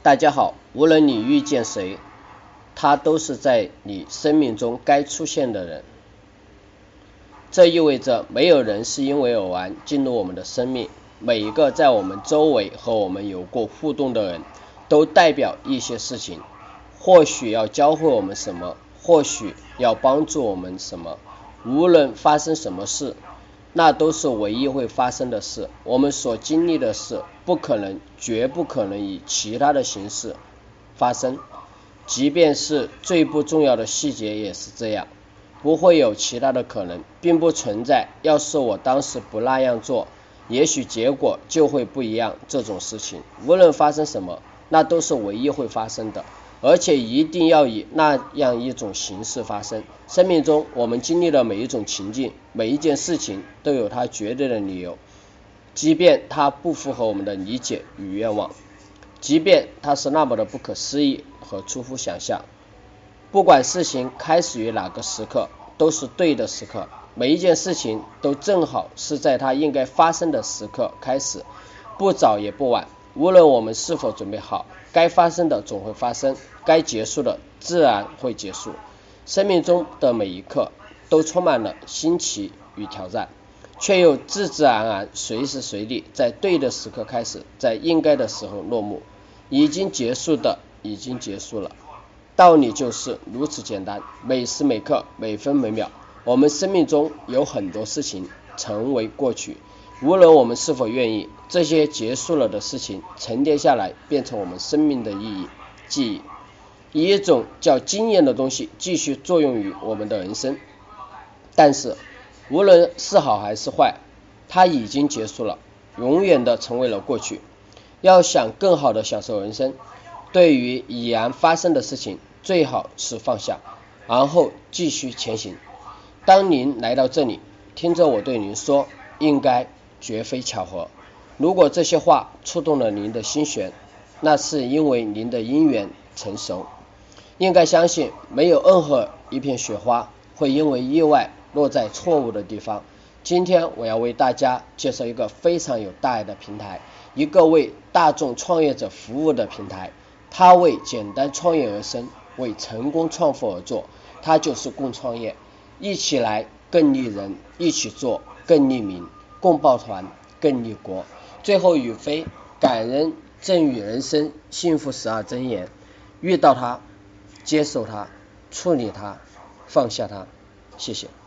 大家好，无论你遇见谁，他都是在你生命中该出现的人。这意味着没有人是因为偶然进入我们的生命，每一个在我们周围和我们有过互动的人，都代表一些事情，或许要教会我们什么，或许要帮助我们什么。无论发生什么事，那都是唯一会发生的事。我们所经历的事，不可能，绝不可能以其他的形式发生，即便是最不重要的细节也是这样，不会有其他的可能，并不存在要是我当时不那样做，也许结果就会不一样这种事情。无论发生什么，那都是唯一会发生的，而且一定要以那样一种形式发生。生命中我们经历的每一种情境，每一件事情都有它绝对的理由，即便它不符合我们的理解与愿望，即便它是那么的不可思议和出乎想象。不管事情开始于哪个时刻，都是对的时刻，每一件事情都正好是在它应该发生的时刻开始，不早也不晚。无论我们是否准备好，该发生的总会发生，该结束的自然会结束。生命中的每一刻都充满了新奇与挑战，却又自自然然随时随地在对的时刻开始，在应该的时候落幕。已经结束的已经结束了，道理就是如此简单。每时每刻，每分每秒，我们生命中有很多事情成为过去，无论我们是否愿意，这些结束了的事情沉淀下来，变成我们生命的记忆，以一种叫经验的东西继续作用于我们的人生。但是无论是好还是坏，它已经结束了，永远的成为了过去。要想更好的享受人生，对于已然发生的事情，最好是放下，然后继续前行。当您来到这里，听着我对您说，应该绝非巧合。如果这些话触动了您的心弦，那是因为您的因缘成熟。应该相信，没有任何一片雪花会因为意外落在错误的地方。今天我要为大家介绍一个非常有大爱的平台，一个为大众创业者服务的平台。它为简单创业而生，为成功创富而做，它就是共创业。一起来更利人，一起做更利民，共抱团更利国。最后语飞，感恩赠予人生幸福12真言，遇到它，接受它，处理它，放下它。谢谢。